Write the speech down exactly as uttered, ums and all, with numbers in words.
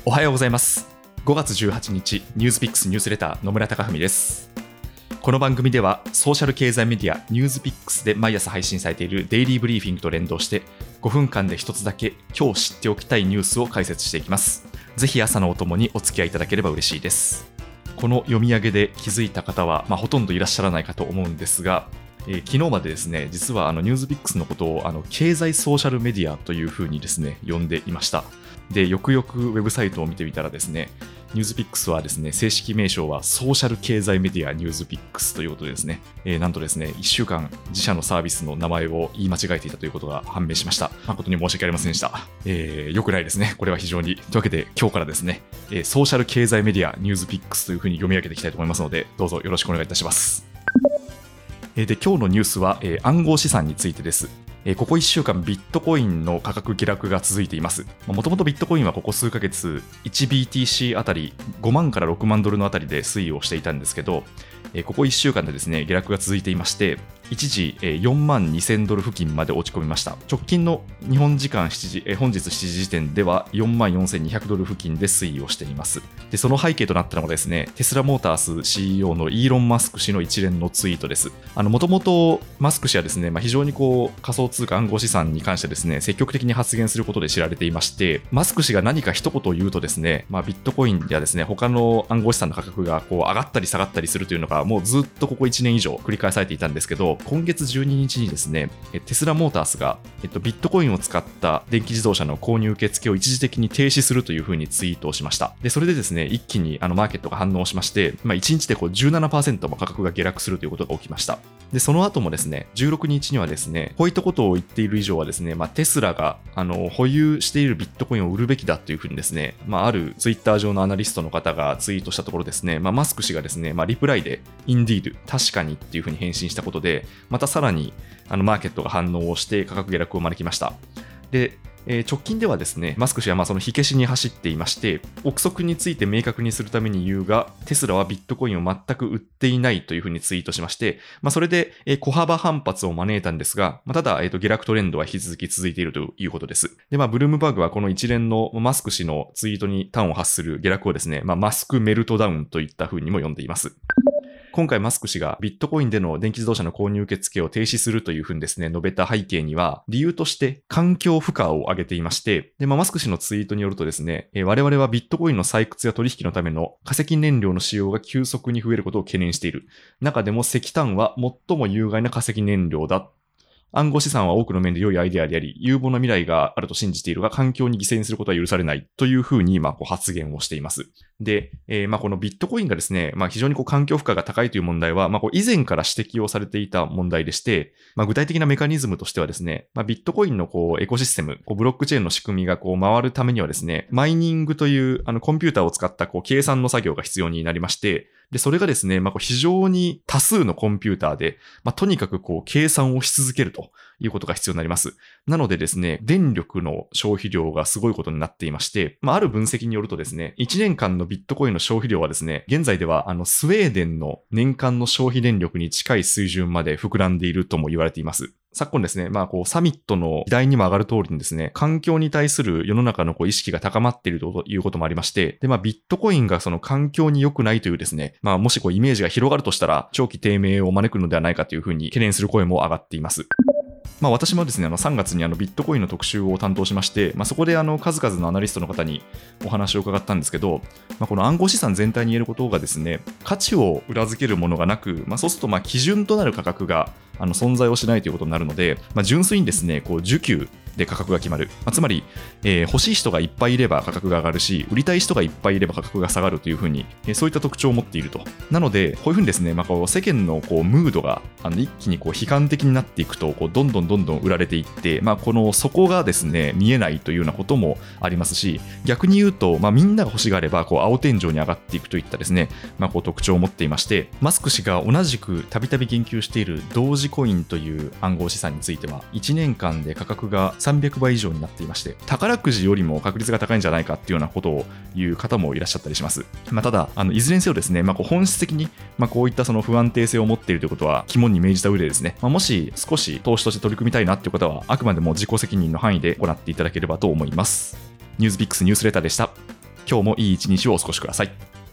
おはようございます。ごがつじゅうはちにちニュースピックスニュースレター野村貴文です。この番組ではソーシャル経済メディアニュースピックスで毎朝配信されているデイリーブリーフィングと連動してごふんかんで一つだけ今日知っておきたいニュースを解説していきます。ぜひ朝のお供にお付き合いいただければ嬉しいです。この読み上げで気づいた方は、まあ、ほとんどいらっしゃらないかと思うんですが、えー、昨日までですね、実はあのニュースピックスのことをあの経済ソーシャルメディアというふうにですね呼んでいました。で、よくよくウェブサイトを見てみたらですね、ニュースピックスはですね、正式名称はソーシャル経済メディアニュースピックスということでですね、えー、なんとですね、いっしゅうかん自社のサービスの名前を言い間違えていたということが判明しました。誠に申し訳ありませんでした。えー、よくないですね。これは非常に。というわけで今日からですね、えー、ソーシャル経済メディアニュースピックスというふうに読み上げていきたいと思いますので、どうぞよろしくお願いいたします。えー、で、今日のニュースは、えー、暗号資産についてです。ここいっしゅうかんビットコインの価格下落が続いています。もともとビットコインはここ数ヶ月 いちビーティーシー あたりごまんからろくまんドルのあたりで推移をしていたんですけど、ここいっしゅうかんでですね下落が続いていまして、一時よんまんにせんドル付近まで落ち込みました。直近の日本時間しちじ、本日しちじ時点ではよんまんよんせんにひゃくドル付近で推移をしています。で、その背景となったのがですね、テスラモータース シーイーオー のイーロン・マスク氏の一連のツイートです。あの、もともとマスク氏はですね、まあ、非常にこう仮想通貨暗号資産に関してですね、積極的に発言することで知られていまして、マスク氏が何か一言を言うとですね、まあ、ビットコインやですね、他の暗号資産の価格がこう上がったり下がったりするというのがもうずっとここいちねん以上繰り返されていたんですけど、今月じゅうににちにですね、テスラモータースが、えっと、ビットコインを使った電気自動車の購入受付を一時的に停止するというふうにツイートをしました。で、それでですね、一気にあのマーケットが反応しまして、まあ、いちにちでこう じゅうななパーセント も価格が下落するということが起きました。で、その後もですね、じゅうろくにちにはですね、こういったことを言っている以上はですね、まあ、テスラがあの保有しているビットコインを売るべきだというふうにですね、まあ、あるツイッター上のアナリストの方がツイートしたところですね、まあ、マスク氏がですね、まあ、リプライでインディール、確かにっていうふうに返信したことで、またさらにあのマーケットが反応をして価格下落を招きました。で、えー、直近ではですね、マスク氏はまあその火消しに走っていまして、憶測について明確にするために言うが、テスラはビットコインを全く売っていないというふうにツイートしまして、まあ、それで、えー、小幅反発を招いたんですが、まあ、ただ、えーと、下落トレンドは引き続き続いているということです。で、まあ、ブルームバーグはこの一連のマスク氏のツイートに端を発する下落をですね、まあ、マスクメルトダウンといったふうにも呼んでいます。今回マスク氏がビットコインでの電気自動車の購入受付を停止するというふうにですね、述べた背景には、理由として環境負荷を挙げていまして、で、まあ、マスク氏のツイートによるとですね、えー、我々はビットコインの採掘や取引のための化石燃料の使用が急速に増えることを懸念している。中でも石炭は最も有害な化石燃料だ。暗号資産は多くの面で良いアイデアであり、有望な未来があると信じているが、環境に犠牲にすることは許されないというふうに、まあ、こう発言をしています。で、えー、まあ、このビットコインがですね、まあ、非常にこう環境負荷が高いという問題は、まあ、こう以前から指摘をされていた問題でして、まあ、具体的なメカニズムとしてはですね、まあ、ビットコインのこうエコシステム、こうブロックチェーンの仕組みがこう回るためにはですね、マイニングというあのコンピューターを使ったこう計算の作業が必要になりまして、で、それがですね、まあ、こう非常に多数のコンピューターで、まあ、とにかくこう計算をし続けるということが必要になります。なのでですね、電力の消費量がすごいことになっていまして、まあ、ある分析によるとですね、いちねんかんのビットコインの消費量はですね、現在ではあのスウェーデンの年間の消費電力に近い水準まで膨らんでいるとも言われています。昨今ですね、まあこうサミットの議題にも上がる通りにですね、環境に対する世の中のこう意識が高まっているということもありまして、でまあビットコインがその環境に良くないというですね、まあもしこうイメージが広がるとしたら長期低迷を招くのではないかというふうに懸念する声も上がっています。まあ、私もですね、あのさんがつにあのビットコインの特集を担当しまして、まあ、そこであの数々のアナリストの方にお話を伺ったんですけど、まあ、この暗号資産全体に言えることがですね、価値を裏付けるものがなく、まあ、そうするとまあ基準となる価格があの存在をしないということになるので、まあ、純粋にですね、こう需給で価格が決まる。まあ、つまり、えー、欲しい人がいっぱいいれば価格が上がるし、売りたい人がいっぱいいれば価格が下がるというふうに、えー、そういった特徴を持っていると。なので、こういうふうにですね、まあ、こう世間のこうムードがあの一気にこう悲観的になっていくと、こうどんどんどんどん売られていって、まあ、この底がですね、見えないというようなこともありますし、逆に言うと、まあ、みんなが欲しがれば、こう青天井に上がっていくといったですね、まあ、こう特徴を持っていまして、マスク氏が同じくたびたび言及している同時コインという暗号資産については、いちねんかんで価格がさんびゃくばい以上になっていまして、宝くじよりも確率が高いんじゃないかっていうようなことを言う方もいらっしゃったりします。まあ、ただあのいずれにせよですね、まあ、こう本質的に、まあ、こういったその不安定性を持っているということは肝に銘じた上でですね、まあ、もし少し投資として取り組みたいなっていう方はあくまでも自己責任の範囲で行っていただければと思います。ニュースピックスニュースレターでした。 今日もいい一日をお過ごしください。